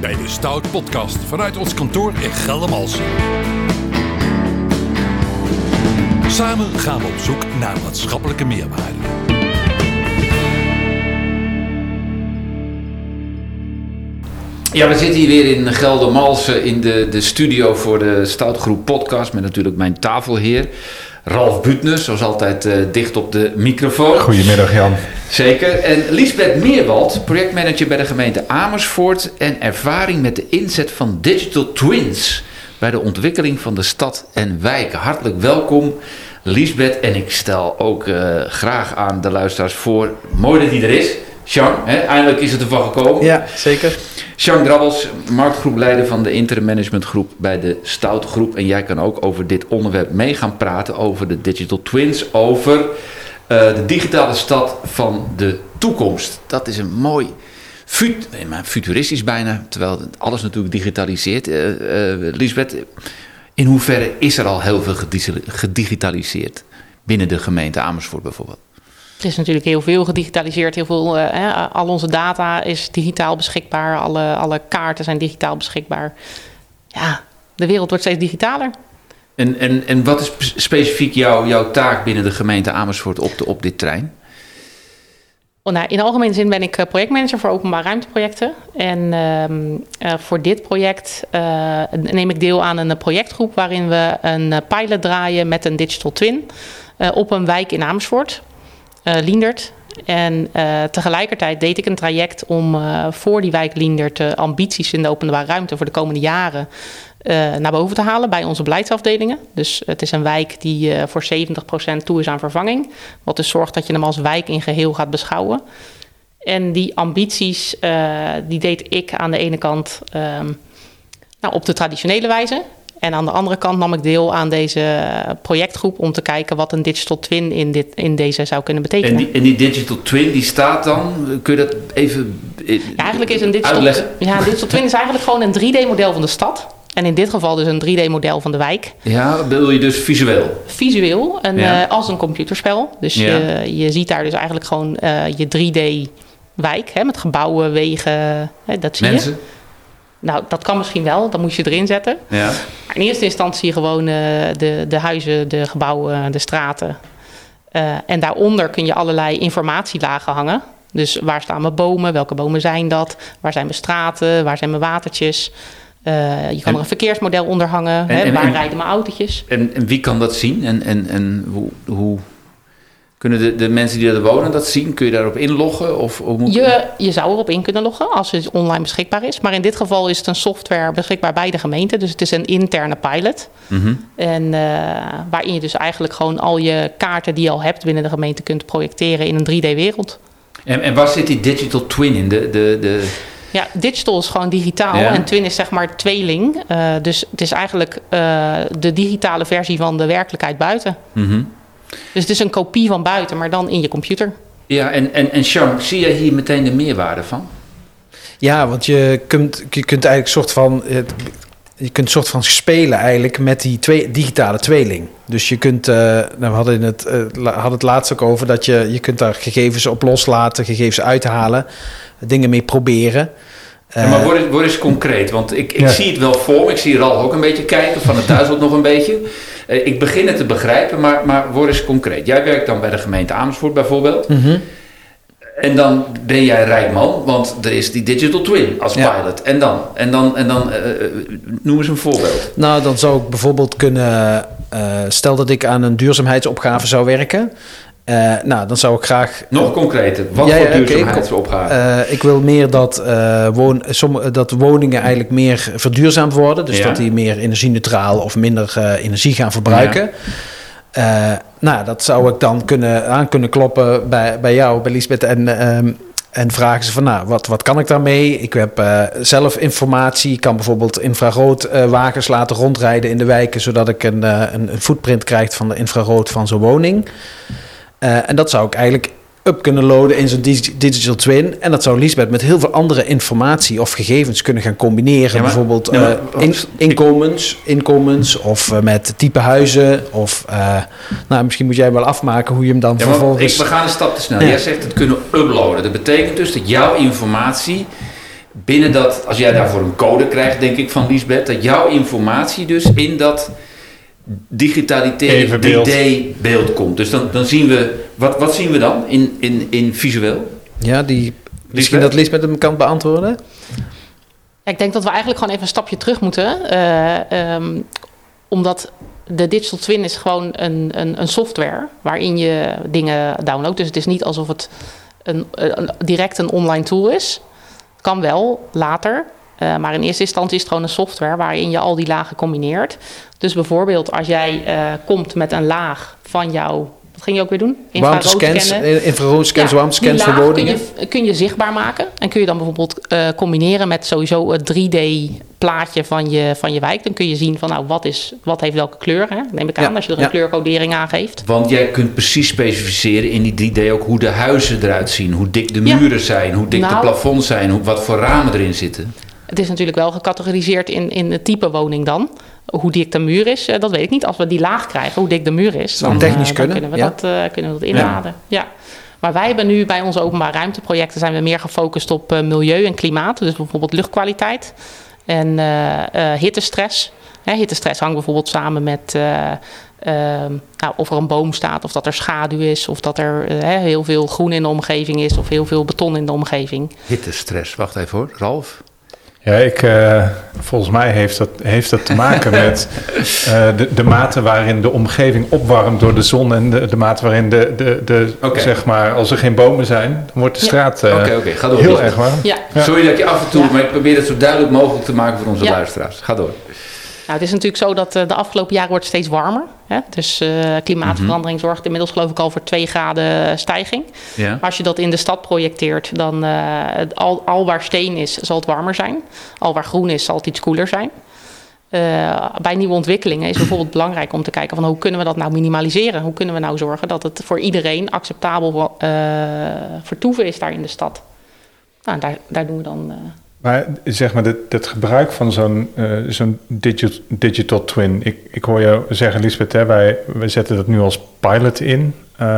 bij de Stout Podcast vanuit ons kantoor in Geldermalsen. Samen gaan we op zoek naar maatschappelijke meerwaarde. Ja, we zitten hier weer in Geldermalsen in de studio voor de Stoutgroep Podcast met natuurlijk mijn tafelheer Ralf Buutner, zoals altijd dicht op de microfoon. Goedemiddag Jan. Zeker. En Liesbeth Meerwald, projectmanager bij de gemeente Amersfoort en ervaring met de inzet van Digital Twins bij de ontwikkeling van de stad en wijken. Hartelijk welkom Liesbeth, en ik stel ook graag aan de luisteraars voor, mooi dat hij er is. Jean, eindelijk is het ervan gekomen. Ja, zeker. Jean Drabbels, marktgroepleider van de interim managementgroep bij de Stoutgroep. En jij kan ook over dit onderwerp mee gaan praten, over de Digital Twins, over de digitale stad van de toekomst. Dat is een mooi, futuristisch bijna, terwijl alles natuurlijk digitaliseert. Liesbeth, in hoeverre is er al heel veel gedigitaliseerd binnen de gemeente Amersfoort bijvoorbeeld? Er is natuurlijk heel veel gedigitaliseerd. Heel veel, al onze data is digitaal beschikbaar. Alle kaarten zijn digitaal beschikbaar. Ja, de wereld wordt steeds digitaler. En wat is specifiek jouw taak binnen de gemeente Amersfoort op dit terrein? In algemene zin ben ik projectmanager voor openbaar ruimteprojecten. En voor dit project neem ik deel aan een projectgroep waarin we een pilot draaien met een digital twin op een wijk in Amersfoort. Liendert. En tegelijkertijd deed ik een traject om voor die wijk Liendert ambities in de openbare ruimte voor de komende jaren naar boven te halen bij onze beleidsafdelingen. Dus het is een wijk die voor 70% toe is aan vervanging. Wat dus zorgt dat je hem als wijk in geheel gaat beschouwen. En die ambities die deed ik aan de ene kant op de traditionele wijze. En aan de andere kant nam ik deel aan deze projectgroep om te kijken wat een digital twin in deze zou kunnen betekenen. En die digital twin die staat dan, kun je dat even eigenlijk is een digital twin is eigenlijk gewoon een 3D-model van de stad. En in dit geval dus een 3D-model van de wijk. Ja, bedoel je dus visueel? Visueel, als een computerspel. Dus ja. Je ziet daar dus eigenlijk gewoon je 3D-wijk met gebouwen, wegen, dat zie mensen. Je. Nou, dat kan misschien wel. Dat moet je erin zetten. Ja. Maar in eerste instantie gewoon de huizen, de gebouwen, de straten. En daaronder kun je allerlei informatielagen hangen. Dus waar staan mijn bomen? Welke bomen zijn dat? Waar zijn mijn straten? Waar zijn mijn watertjes? Je kan er een verkeersmodel onder hangen. Waar rijden mijn autootjes? En wie kan dat zien? En hoe kunnen de mensen die er wonen dat zien? Kun je daarop inloggen? Of je zou erop in kunnen loggen als het online beschikbaar is. Maar in dit geval is het een software beschikbaar bij de gemeente. Dus het is een interne pilot. Mm-hmm. En waarin je dus eigenlijk gewoon al je kaarten die je al hebt binnen de gemeente kunt projecteren in een 3D-wereld. En waar zit die digital twin in? Ja, digital is gewoon digitaal en twin is zeg maar tweeling. Dus het is eigenlijk de digitale versie van de werkelijkheid buiten. Mm-hmm. Dus het is een kopie van buiten, maar dan in je computer. Ja, en Jean, zie jij hier meteen de meerwaarde van? Ja, want je kunt eigenlijk soort van spelen eigenlijk met die digitale tweeling. Dus je kunt, we hadden het laatst ook over dat je kunt daar gegevens op loslaten, gegevens uithalen, dingen mee proberen. Maar word eens concreet, want ik zie het wel voor me. Ik zie Ralf ook een beetje kijken, van het duizelt nog een beetje. Ik begin het te begrijpen, maar word eens concreet. Jij werkt dan bij de gemeente Amersfoort bijvoorbeeld. Mm-hmm. En dan ben jij rijk man, want er is die digital twin als pilot. En dan noem eens een voorbeeld. Nou, dan zou ik bijvoorbeeld kunnen, stel dat ik aan een duurzaamheidsopgave zou werken. Dan zou ik graag... Nog concreter, wat voor duurzaamheidsopgave? Ik wil meer dat woningen eigenlijk meer verduurzaamd worden. Dus dat die meer energie-neutraal of minder energie gaan verbruiken. Ja. Dat zou ik dan kunnen kloppen bij jou, bij Liesbeth. En vragen ze van, wat kan ik daarmee? Ik heb zelf informatie. Ik kan bijvoorbeeld infraroodwagens laten rondrijden in de wijken, zodat ik een footprint krijg van de infrarood van zo'n woning. En dat zou ik eigenlijk up kunnen loaden in zo'n digital twin. En dat zou Liesbeth met heel veel andere informatie of gegevens kunnen gaan combineren. Bijvoorbeeld inkomens of met type huizen. Of misschien moet jij wel afmaken hoe je hem dan vervolgens... We gaan een stap te snel. Jij zegt het kunnen uploaden. Dat betekent dus dat jouw informatie binnen dat, als jij daarvoor een code krijgt, denk ik van Liesbeth, dat jouw informatie dus in dat digitaliteit 3D-beeld komt. Dus dan zien we, wat zien we dan in visueel? Ja, misschien dat Liesbeth hem kan beantwoorden. Ik denk dat we eigenlijk gewoon even een stapje terug moeten. Omdat de Digital Twin is gewoon een software waarin je dingen downloadt. Dus het is niet alsof het direct een online tool is. Kan wel later. Maar in eerste instantie is het gewoon een software waarin je al die lagen combineert. Dus bijvoorbeeld als jij komt met een laag van jouw... Wat ging je ook weer doen? Infraroodscans, warmtescans voor woningen. Kun je zichtbaar maken. En kun je dan bijvoorbeeld combineren met sowieso het 3D-plaatje van je wijk. Dan kun je zien van nou, wat heeft welke kleur. Hè? Neem ik aan als je er een kleurcodering aangeeft. Want jij kunt precies specificeren in die 3D ook hoe de huizen eruit zien. Hoe dik de muren zijn, hoe dik de plafonds zijn, wat voor ramen erin zitten. Het is natuurlijk wel gecategoriseerd in het type woning dan. Hoe dik de muur is, dat weet ik niet. Als we die laag krijgen, hoe dik de muur is... Dan technisch kunnen we dat inladen. Ja. Maar wij hebben nu bij onze openbaar ruimteprojecten... zijn we meer gefocust op milieu en klimaat. Dus bijvoorbeeld luchtkwaliteit en hittestress. Hittestress hangt bijvoorbeeld samen met... of er een boom staat, of dat er schaduw is... of dat er heel veel groen in de omgeving is... of heel veel beton in de omgeving. Hittestress, wacht even hoor. Ralf? Ja, volgens mij heeft dat te maken met de mate waarin de omgeving opwarmt door de zon en de mate waarin zeg maar, als er geen bomen zijn, dan wordt de straat Ga door, heel erg warm. Ja. Sorry dat ik je af en toe, maar ik probeer het zo duidelijk mogelijk te maken voor onze luisteraars. Ga door. Nou, het is natuurlijk zo dat de afgelopen jaren wordt steeds warmer. Hè? Dus klimaatverandering zorgt inmiddels geloof ik al voor 2 graden stijging. Ja. Als je dat in de stad projecteert, dan al waar steen is, zal het warmer zijn. Al waar groen is, zal het iets koeler zijn. Bij nieuwe ontwikkelingen is bijvoorbeeld belangrijk om te kijken van hoe kunnen we dat nou minimaliseren? Hoe kunnen we nou zorgen dat het voor iedereen acceptabel vertoeven is daar in de stad? Nou, daar doen we dan... Maar zeg maar, het gebruik van zo'n digital twin... Ik hoor jou zeggen, Liesbeth, wij zetten dat nu als pilot in.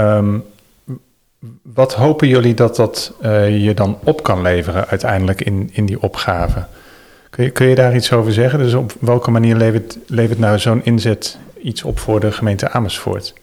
Wat hopen jullie dat je dan op kan leveren uiteindelijk in die opgave? Kun je daar iets over zeggen? Dus op welke manier levert nou zo'n inzet iets op voor de gemeente Amersfoort?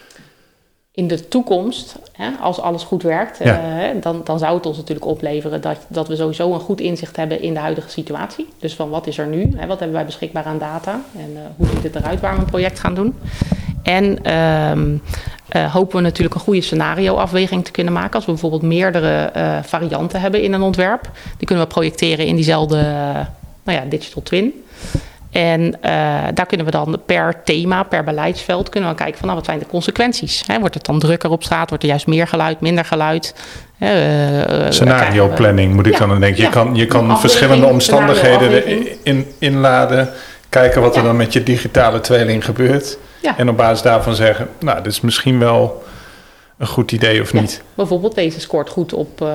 In de toekomst, als alles goed werkt, dan zou het ons natuurlijk opleveren dat we sowieso een goed inzicht hebben in de huidige situatie. Dus van wat is er nu, wat hebben wij beschikbaar aan data en hoe ziet het eruit waar we een project gaan doen. En hopen we natuurlijk een goede scenarioafweging te kunnen maken. Als we bijvoorbeeld meerdere varianten hebben in een ontwerp, die kunnen we projecteren in diezelfde digital twin. En daar kunnen we dan per thema, per beleidsveld, kunnen we kijken van wat zijn de consequenties. Wordt het dan drukker op straat? Wordt er juist meer geluid, minder geluid? Scenario planning moet ik dan aan denken. Je kan verschillende omstandigheden inladen. Kijken wat er dan met je digitale tweeling gebeurt. Ja. En op basis daarvan zeggen, nou, dit is misschien wel een goed idee of niet. Bijvoorbeeld deze scoort goed op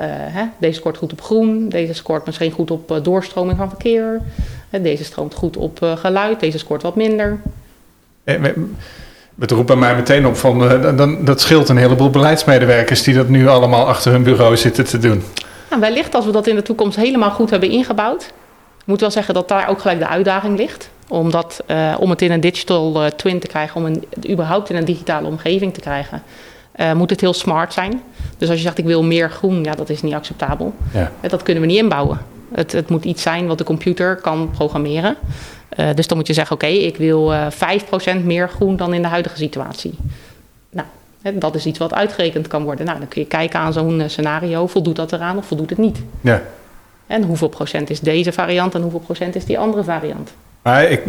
groen. Deze scoort misschien goed op doorstroming van verkeer. Deze stroomt goed op geluid. Deze scoort wat minder. Het roept bij mij meteen op van... dat scheelt een heleboel beleidsmedewerkers... die dat nu allemaal achter hun bureau zitten te doen. Nou, wellicht als we dat in de toekomst helemaal goed hebben ingebouwd. Ik moet wel zeggen dat daar ook gelijk de uitdaging ligt. Omdat om het in een digital twin te krijgen... om het überhaupt in een digitale omgeving te krijgen... moet het heel smart zijn. Dus als je zegt ik wil meer groen, dat is niet acceptabel. Ja. Dat kunnen we niet inbouwen. Het moet iets zijn wat de computer kan programmeren. Dus dan moet je zeggen, oké, ik wil 5% meer groen dan in de huidige situatie. Nou, dat is iets wat uitgerekend kan worden. Nou, dan kun je kijken aan zo'n scenario. Voldoet dat eraan of voldoet het niet? Ja. En hoeveel procent is deze variant en hoeveel procent is die andere variant? Maar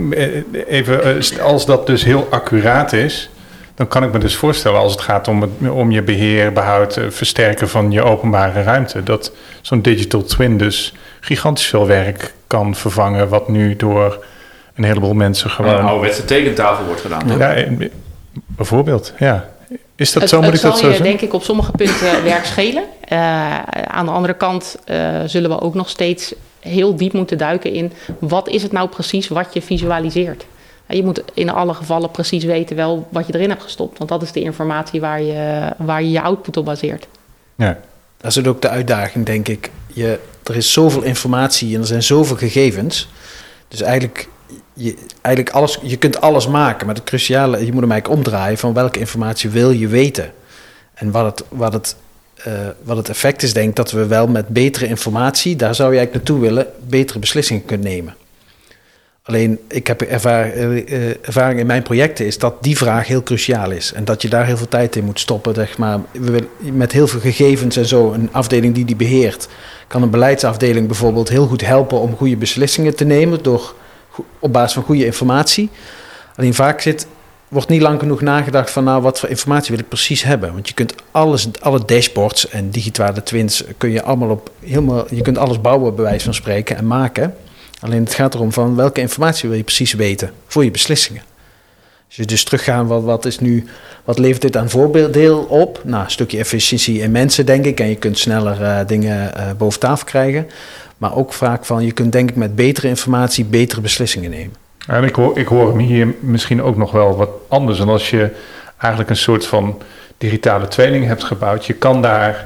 als dat dus heel accuraat is... dan kan ik me dus voorstellen als het gaat om je beheer, behoud, versterken van je openbare ruimte... dat zo'n digital twin dus gigantisch veel werk kan vervangen... wat nu door een heleboel mensen gewoon... Een ouderwetse tekentafel wordt gedaan. Ja, bijvoorbeeld, ja. Is dat zo? Moet ik dat zo zeggen? Denk ik op sommige punten werk schelen. Aan de andere kant zullen we ook nog steeds heel diep moeten duiken in... wat is het nou precies wat je visualiseert? Je moet in alle gevallen precies weten wel wat je erin hebt gestopt. Want dat is de informatie waar je output op baseert. Ja. Dat is ook de uitdaging, denk ik. er is zoveel informatie en er zijn zoveel gegevens. Dus eigenlijk alles, je kunt alles maken, maar het cruciale, je moet hem eigenlijk omdraaien van welke informatie wil je weten. En wat het effect is, denk ik, dat we wel met betere informatie, daar zou je eigenlijk naartoe willen, betere beslissingen kunnen nemen. Alleen, ik heb ervaring in mijn projecten is dat die vraag heel cruciaal is. En dat je daar heel veel tijd in moet stoppen. Zeg maar. Met heel veel gegevens en zo, een afdeling die beheert, kan een beleidsafdeling bijvoorbeeld heel goed helpen om goede beslissingen te nemen op basis van goede informatie. Alleen vaak wordt niet lang genoeg nagedacht van wat voor informatie wil ik precies hebben. Want je kunt alle dashboards en digitale twins kun je allemaal je kunt alles bouwen bij wijze van spreken en maken. Alleen het gaat erom van welke informatie wil je precies weten voor je beslissingen. Als je dus teruggaan, wat levert dit aan voordeel op? Nou, een stukje efficiëntie in mensen, denk ik. En je kunt sneller dingen boven tafel krijgen. Maar ook vaak van, je kunt denk ik met betere informatie betere beslissingen nemen. En ik hoor hem hier misschien ook nog wel wat anders. En als je eigenlijk een soort van digitale tweeling hebt gebouwd, je kan daar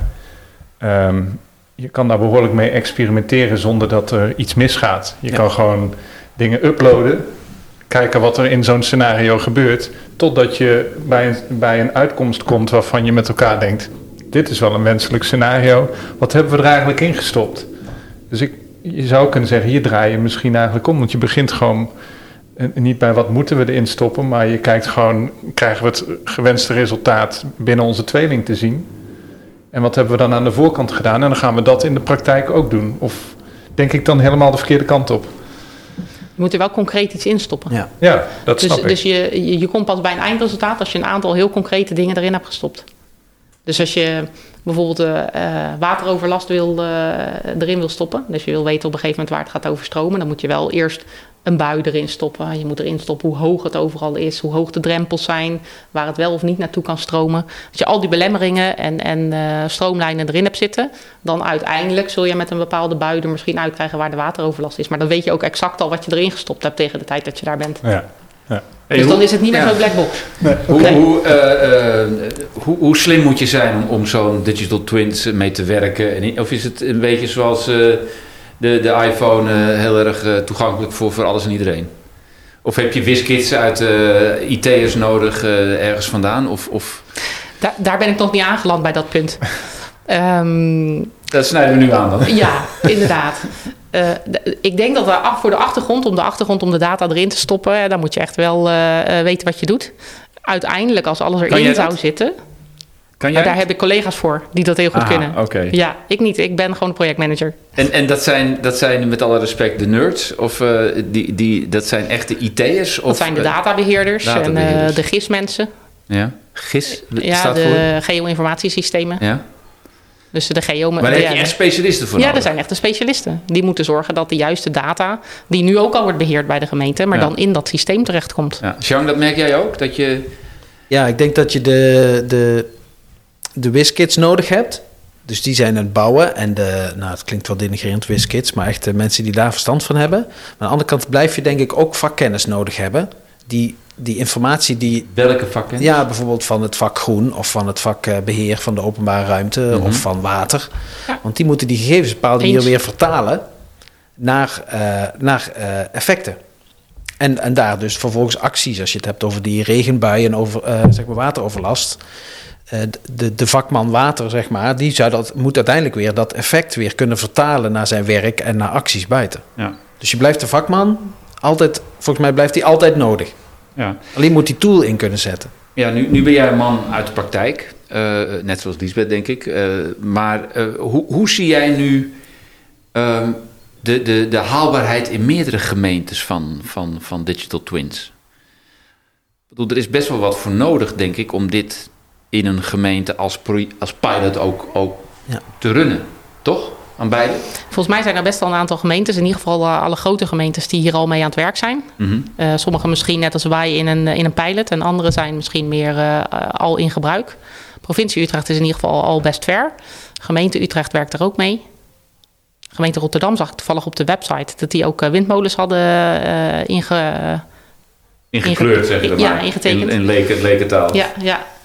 behoorlijk mee experimenteren zonder dat er iets misgaat. Je kan gewoon dingen uploaden, kijken wat er in zo'n scenario gebeurt, totdat je bij een uitkomst komt waarvan je met elkaar denkt, dit is wel een wenselijk scenario, wat hebben we er eigenlijk in gestopt? Dus je zou kunnen zeggen, hier draai je misschien eigenlijk om, want je begint gewoon niet bij wat moeten we erin stoppen, maar je kijkt gewoon, krijgen we het gewenste resultaat binnen onze tweeling te zien? En wat hebben we dan aan de voorkant gedaan? En dan gaan we dat in de praktijk ook doen. Of denk ik dan helemaal de verkeerde kant op? Je moet er wel concreet iets in stoppen. Ja, dat snap ik. Dus je komt pas bij een eindresultaat als je een aantal heel concrete dingen erin hebt gestopt. Dus als je bijvoorbeeld wateroverlast erin wil stoppen, dus je wil weten op een gegeven moment waar het gaat overstromen, dan moet je wel eerst een bui erin stoppen. Je moet erin stoppen hoe hoog het overal is, hoe hoog de drempels zijn, waar het wel of niet naartoe kan stromen. Als je al die belemmeringen en stroomlijnen erin hebt zitten, dan uiteindelijk zul je met een bepaalde bui er misschien uitkrijgen waar de wateroverlast is. Maar dan weet je ook exact al wat je erin gestopt hebt tegen de tijd dat je daar bent. Ja. Dus dan is het niet meer zo'n black box. Nee. Hoe slim moet je zijn om zo'n digital twins mee te werken? Of is het een beetje zoals de iPhone heel erg toegankelijk voor alles en iedereen? Of heb je WizKids uit IT'ers nodig ergens vandaan? Of? Daar ben ik nog niet aangeland bij dat punt. Dat snijden we nu aan dan. Ja, inderdaad. Ik denk dat voor de achtergrond, om de data erin te stoppen, dan moet je echt wel weten wat je doet. Uiteindelijk, als alles erin zou zitten, maar daar heb ik collega's voor die dat heel goed kunnen. Okay. Ja, ik niet. Ik ben gewoon de projectmanager. En dat zijn met alle respect de nerds? Of dat zijn echte IT'ers? Dat zijn de databeheerders en de GIS-mensen. Ja, GIS staat voor? Ja, de geo-informatiesystemen. Ja. Dus de geo. Maar daar heb je echt specialisten voor nodig? Ja, er zijn echte specialisten. Die moeten zorgen dat de juiste data, die nu ook al wordt beheerd bij de gemeente, maar dan in dat systeem terechtkomt. Ja. Jean, dat merk jij ook? Dat je... Ja, ik denk dat je de WizKids nodig hebt. Dus die zijn aan het bouwen. En het klinkt wel denigrerend, WizKids, maar echt de mensen die daar verstand van hebben. Maar aan de andere kant blijf je denk ik ook vakkennis nodig hebben. Die informatie Welke vakkennis? Ja, bijvoorbeeld van het vak groen of van het vak beheer van de openbare ruimte of van water. Ja. Want die moeten die gegevens op een bepaalde manier weer vertalen naar effecten. En daar dus vervolgens acties, als je het hebt over die regenbuien en over wateroverlast. De vakman water, zeg maar, moet uiteindelijk weer dat effect weer kunnen vertalen naar zijn werk en naar acties buiten. Ja. Dus je blijft de vakman altijd, volgens mij blijft hij altijd nodig. Ja. Alleen moet die tool in kunnen zetten. Ja, nu ben jij een man uit de praktijk, net zoals Liesbeth, denk ik. Maar hoe zie jij nu de haalbaarheid in meerdere gemeentes van digital twins? Ik bedoel, er is best wel wat voor nodig, denk ik, om dit in een gemeente als pilot ook te runnen, toch? Aan beide? Volgens mij zijn er best wel een aantal gemeentes, in ieder geval alle grote gemeentes, die hier al mee aan het werk zijn. Mm-hmm. Sommige misschien net als wij in een pilot en andere zijn misschien meer al in gebruik. Provincie Utrecht is in ieder geval al best ver. Gemeente Utrecht werkt er ook mee. Gemeente Rotterdam zag ik toevallig op de website dat die ook windmolens hadden ingekleurd, zeg je dat maar. Ja, ingetekend. In lekentaal. Ja.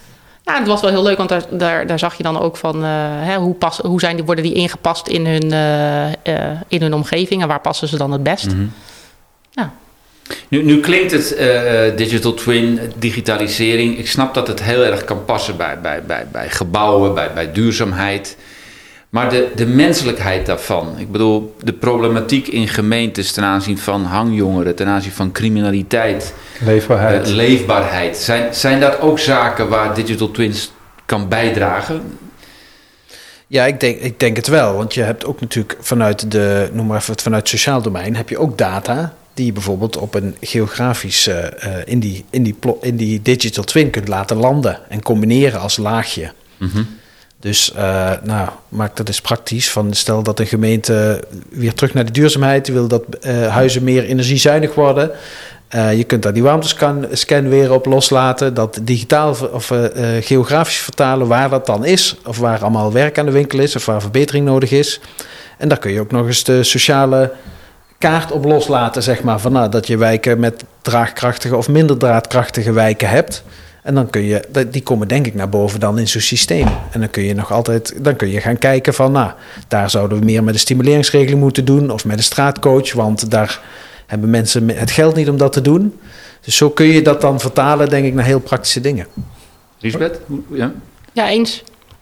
Ja, het was wel heel leuk, want daar zag je dan ook van worden die ingepast in hun omgeving en waar passen ze dan het best. Mm-hmm. Ja. Nu klinkt het digital twin, digitalisering. Ik snap dat het heel erg kan passen bij gebouwen, bij duurzaamheid. Maar de menselijkheid daarvan. Ik bedoel, de problematiek in gemeentes ten aanzien van hangjongeren, ten aanzien van criminaliteit. Leefbaarheid. Zijn dat ook zaken waar digital twins kan bijdragen? Ja, ik denk het wel. Want je hebt ook natuurlijk vanuit het sociaal domein heb je ook data die je bijvoorbeeld op een geografisch in die digital twin kunt laten landen en combineren als laagje. Mm-hmm. Dus maak dat eens praktisch. Stel dat een gemeente weer terug naar de duurzaamheid wil dat huizen meer energiezuinig worden. Je kunt daar die warmtescan weer op loslaten. Dat digitaal of geografisch vertalen waar dat dan is. Of waar allemaal werk aan de winkel is. Of waar verbetering nodig is. En daar kun je ook nog eens de sociale kaart op loslaten. Zeg maar, van, dat je wijken met draagkrachtige of minder draagkrachtige wijken hebt. En dan die komen denk ik naar boven dan in zo'n systeem. En dan kun je gaan kijken van, daar zouden we meer met de stimuleringsregeling moeten doen. Of met een straatcoach, want daar hebben mensen het geld niet om dat te doen. Dus zo kun je dat dan vertalen, denk ik, naar heel praktische dingen. Lisbeth? Ja, ja eens.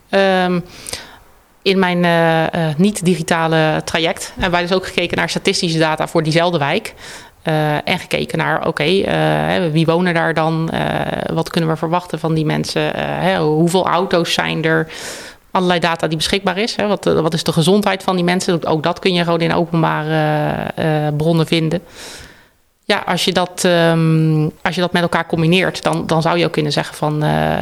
In mijn niet-digitale traject hebben wij dus ook gekeken naar statistische data voor diezelfde wijk. En gekeken naar, wie wonen daar dan? Wat kunnen we verwachten van die mensen? Hoeveel auto's zijn er? Allerlei data die beschikbaar is. Wat is de gezondheid van die mensen? Ook dat kun je gewoon in openbare bronnen vinden. Ja, als je dat met elkaar combineert, dan zou je ook kunnen zeggen van...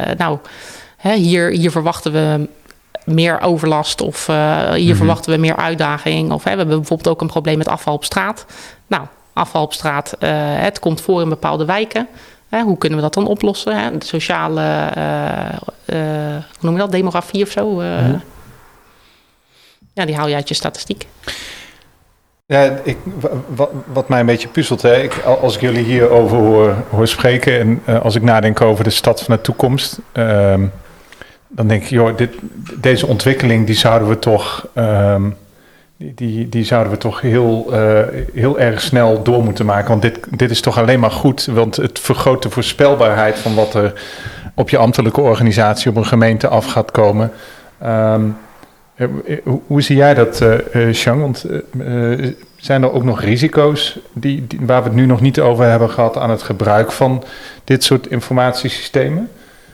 hier verwachten we meer overlast of hier verwachten we meer uitdaging. Of we hebben bijvoorbeeld ook een probleem met afval op straat. Nou, afval op straat, het komt voor in bepaalde wijken. Hoe kunnen we dat dan oplossen? De sociale, hoe noem je dat, demografie of zo? Ja, die haal je uit je statistiek. Ja, wat mij een beetje puzzelt, als ik jullie hierover hoor spreken en als ik nadenk over de stad van de toekomst, dan denk ik, deze ontwikkeling die zouden we toch... Die zouden we toch heel erg snel door moeten maken. Want dit is toch alleen maar goed. Want het vergroot de voorspelbaarheid van wat er op je ambtelijke organisatie, op een gemeente af gaat komen. Hoe zie jij dat, Jean? Want zijn er ook nog risico's waar we het nu nog niet over hebben gehad aan het gebruik van dit soort informatiesystemen?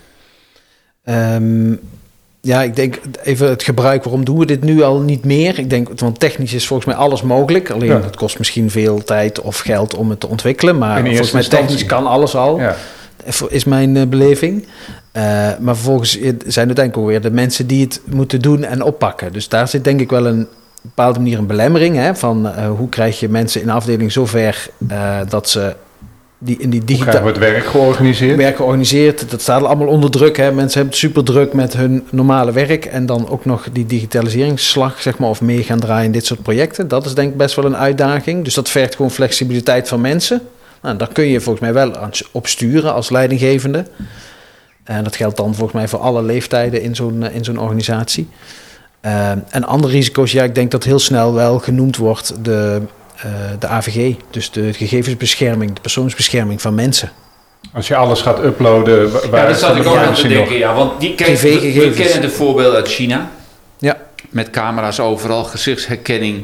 Ja, ik denk even het gebruik. Waarom doen we dit nu al niet meer? Ik denk, want technisch is volgens mij alles mogelijk. Alleen het kost misschien veel tijd of geld om het te ontwikkelen. Maar volgens mij technisch kan alles al. Ja. Is mijn beleving. Maar vervolgens zijn er denk ik ook weer de mensen die het moeten doen en oppakken. Dus daar zit denk ik wel een bepaalde manier een belemmering. Van hoe krijg je mensen in de afdeling zover dat ze... Hoe krijgen we het werk georganiseerd? Dat staat allemaal onder druk. Mensen hebben het super druk met hun normale werk. En dan ook nog die digitaliseringsslag, zeg maar, of mee gaan draaien in dit soort projecten. Dat is denk ik best wel een uitdaging. Dus dat vergt gewoon flexibiliteit van mensen. Nou, daar kun je volgens mij wel op sturen als leidinggevende. En dat geldt dan volgens mij voor alle leeftijden in zo'n organisatie. En andere risico's, ik denk dat heel snel wel genoemd wordt de AVG, dus de gegevensbescherming, de persoonsbescherming van mensen. Als je alles gaat uploaden... Ja, dat zat ik ook aan te denken. Ja, want we kennen de voorbeelden uit China. Ja. Met camera's overal, gezichtsherkenning.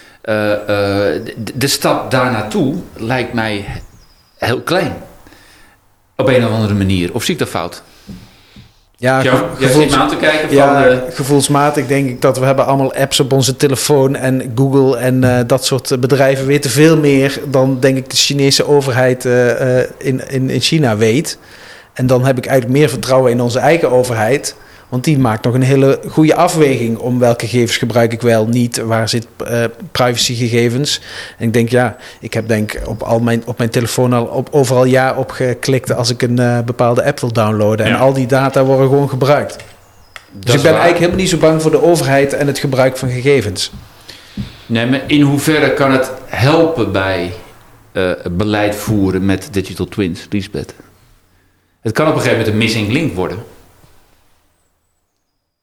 De stap daar naartoe lijkt mij heel klein. Op een of andere manier. Of zie ik dat fout? Ja, gevoelsmatig denk ik dat we hebben allemaal apps op onze telefoon en Google en dat soort bedrijven weten veel meer dan denk ik de Chinese overheid in China weet. En dan heb ik eigenlijk meer vertrouwen in onze eigen overheid, want die maakt nog een hele goede afweging om welke gegevens gebruik ik wel, niet, waar zit privacygegevens. En ik denk ik heb denk op mijn telefoon al overal op geklikt als ik een bepaalde app wil downloaden. En al die data worden gewoon gebruikt. Dus ik ben eigenlijk helemaal niet zo bang voor de overheid en het gebruik van gegevens. Nee, maar in hoeverre kan het helpen bij beleid voeren met digital twins, Lisbeth? Het kan op een gegeven moment een missing link worden.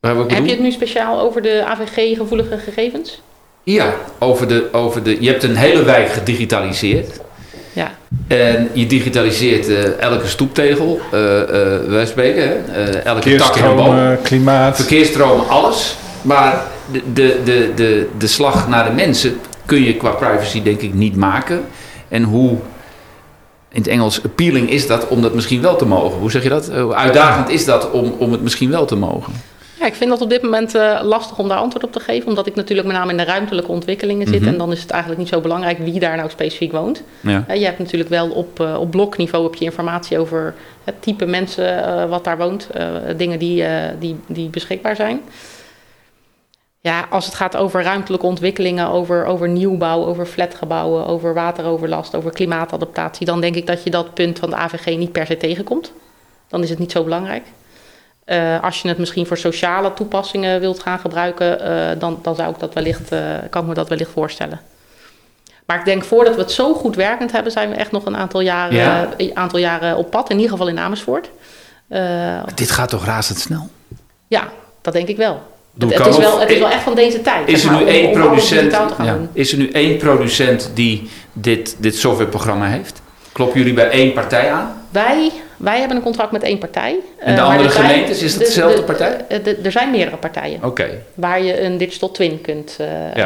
Heb je het nu speciaal over de AVG-gevoelige gegevens? Ja, je hebt een hele wijk gedigitaliseerd. Ja. En je digitaliseert elke stoeptegel, wij spreken, elke tak in een boom. Klimaat. Verkeersstromen, alles. Maar de slag naar de mensen kun je qua privacy denk ik niet maken. En hoe, in het Engels, appealing is dat om dat misschien wel te mogen? Hoe zeg je dat? Hoe uitdagend is dat om het misschien wel te mogen? Ja, ik vind dat op dit moment lastig om daar antwoord op te geven. Omdat ik natuurlijk met name in de ruimtelijke ontwikkelingen zit. En dan is het eigenlijk niet zo belangrijk wie daar nou specifiek woont. Ja. Je hebt natuurlijk wel op blokniveau heb je informatie over het type mensen wat daar woont. Dingen die beschikbaar zijn. Ja, als het gaat over ruimtelijke ontwikkelingen, over nieuwbouw, over flatgebouwen, over wateroverlast, over klimaatadaptatie, dan denk ik dat je dat punt van de AVG niet per se tegenkomt. Dan is het niet zo belangrijk. Als je het misschien voor sociale toepassingen wilt gaan gebruiken, dan zou ik dat kan ik me dat wellicht voorstellen. Maar ik denk voordat we het zo goed werkend hebben, zijn we echt nog een aantal jaren op pad, in ieder geval in Amersfoort. Dit gaat toch razendsnel? Ja, dat denk ik wel. Het is wel echt van deze tijd. Is er nu één producent die dit softwareprogramma heeft? Kloppen jullie bij één partij aan? Wij hebben een contract met één partij. En de andere gemeentes, is het dezelfde partij? Er zijn meerdere partijen. Okay. Waar je een digital twin kunt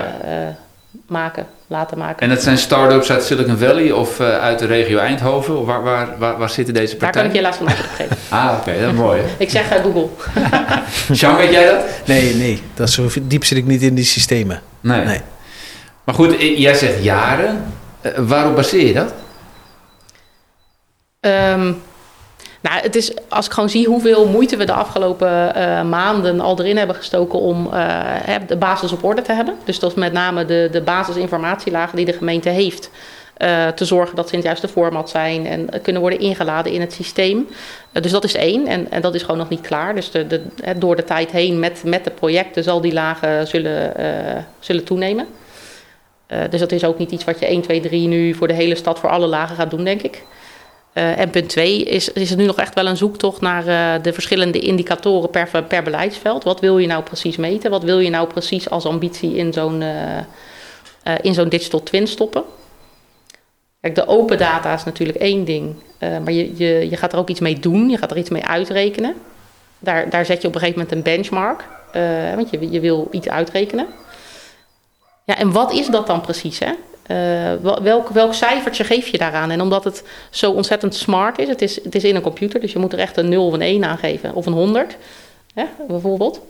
laten maken. En dat zijn start-ups uit Silicon Valley of uit de regio Eindhoven? Of waar zitten deze partijen? Daar kan ik je helaas van antwoord op geven. Oké, dat is mooi. Ik zeg Google. Jean, weet jij dat? Nee. Dat is zo diep zit ik niet in die systemen. Nee. Maar goed, jij zegt jaren. Waarop baseer je dat? Het is, als ik gewoon zie hoeveel moeite we de afgelopen maanden al erin hebben gestoken om de basis op orde te hebben. Dus dat is met name de basisinformatielagen die de gemeente heeft. Te zorgen dat ze in het juiste format zijn en kunnen worden ingeladen in het systeem. Dus dat is één en dat is gewoon nog niet klaar. Dus door de tijd heen met de projecten zal die lagen zullen toenemen. Dus dat is ook niet iets wat je 1, 2, 3 nu voor de hele stad voor alle lagen gaat doen, denk ik. En punt 2 is het nu nog echt wel een zoektocht naar de verschillende indicatoren per beleidsveld. Wat wil je nou precies meten? Wat wil je nou precies als ambitie in zo'n digital twin stoppen? Kijk, de open data is natuurlijk één ding. Maar je gaat er ook iets mee doen. Je gaat er iets mee uitrekenen. Daar zet je op een gegeven moment een benchmark. Want je wil iets uitrekenen. Ja, en wat is dat dan precies, hè? Welk cijfertje geef je daaraan? En omdat het zo ontzettend smart is, het is in een computer, dus je moet er echt een 0 of een 1 aan geven, of een 100, hè, bijvoorbeeld.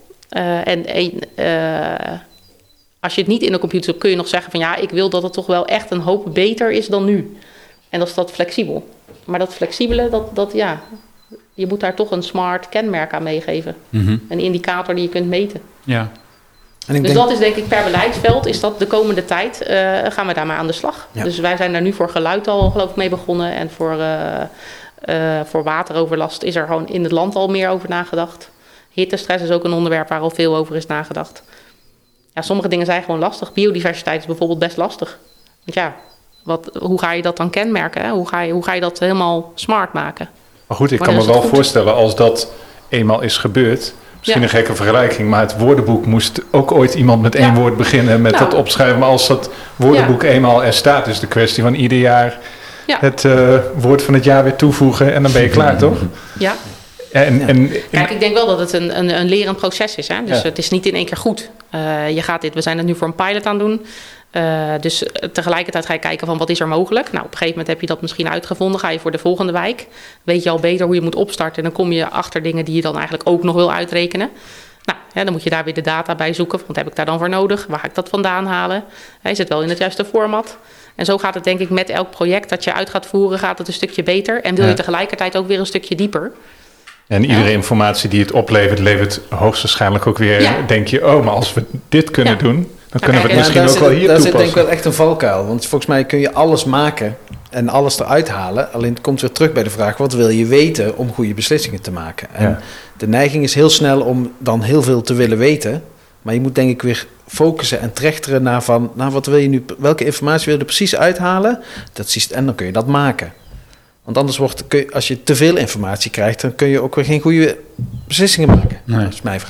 Als je het niet in een computer hebt, kun je nog zeggen van ja, ik wil dat het toch wel echt een hoop beter is dan nu. En dat is dat flexibel. Maar dat flexibele, je moet daar toch een smart kenmerk aan meegeven. Mm-hmm. Een indicator die je kunt meten. Ja. Dat is denk ik per beleidsveld, is dat de komende tijd gaan we daar maar aan de slag. Ja. Dus wij zijn daar nu voor geluid al geloof ik mee begonnen. En voor wateroverlast is er gewoon in het land al meer over nagedacht. Hittestress is ook een onderwerp waar al veel over is nagedacht. Ja, sommige dingen zijn gewoon lastig. Biodiversiteit is bijvoorbeeld best lastig. Want ja, hoe ga je dat dan kenmerken? Hè? Hoe ga je dat helemaal smart maken? Maar goed, ik kan me wel voorstellen als dat eenmaal is gebeurd. Misschien een gekke vergelijking, maar het woordenboek moest ook ooit iemand met één woord beginnen met dat opschrijven. Maar als dat woordenboek eenmaal er staat, is de kwestie van ieder jaar het woord van het jaar weer toevoegen en dan ben je klaar, toch? Ja. Kijk, ik denk wel dat het een lerend proces is. Hè? Dus het is niet in één keer goed. We zijn het nu voor een pilot aan het doen. Dus tegelijkertijd ga je kijken van wat is er mogelijk. Nou, op een gegeven moment heb je dat misschien uitgevonden. Ga je voor de volgende wijk. Weet je al beter hoe je moet opstarten. En dan kom je achter dingen die je dan eigenlijk ook nog wil uitrekenen. Nou, dan moet je daar weer de data bij zoeken. Wat heb ik daar dan voor nodig? Waar ga ik dat vandaan halen? Is het wel in het juiste format? En zo gaat het denk ik met elk project dat je uit gaat voeren, gaat het een stukje beter. En wil je tegelijkertijd ook weer een stukje dieper. En iedere informatie die het oplevert, levert hoogstwaarschijnlijk ook weer, denk je, maar als we dit kunnen doen, dan kunnen we het misschien ook wel hier toepassen. Daar zit denk ik wel echt een valkuil. Want volgens mij kun je alles maken en alles eruit halen. Alleen het komt weer terug bij de vraag, wat wil je weten om goede beslissingen te maken? En de neiging is heel snel om dan heel veel te willen weten. Maar je moet denk ik weer focussen en trechteren naar van, wat wil je nu, welke informatie wil je er precies uithalen? En dan kun je dat maken. Want anders als je te veel informatie krijgt, dan kun je ook weer geen goede beslissingen maken. Nee. Als je mij vraagt.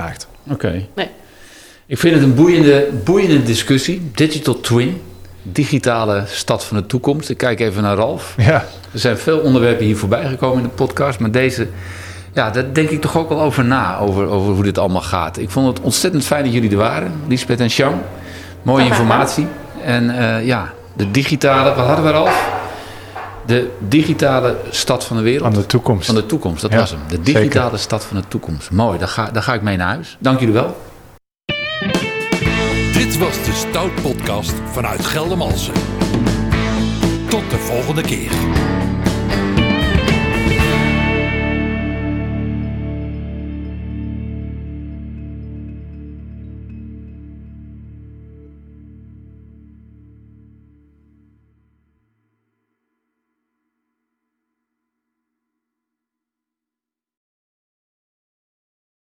Oké. Nee. Ik vind het een boeiende discussie. Digital Twin. Digitale stad van de toekomst. Ik kijk even naar Ralf. Ja. Er zijn veel onderwerpen hier voorbij gekomen in de podcast. Maar deze, ja, daar denk ik toch ook wel over na. Over hoe dit allemaal gaat. Ik vond het ontzettend fijn dat jullie er waren. Lisbeth en Sjan. Mooie informatie. En de digitale, wat hadden we Ralf? De digitale stad van de wereld. Van de toekomst. Van de toekomst, dat was hem. De digitale stad van de toekomst. Mooi, daar ga ik mee naar huis. Dank jullie wel. Dit was de Stout Podcast vanuit Geldermalsen. Tot de volgende keer.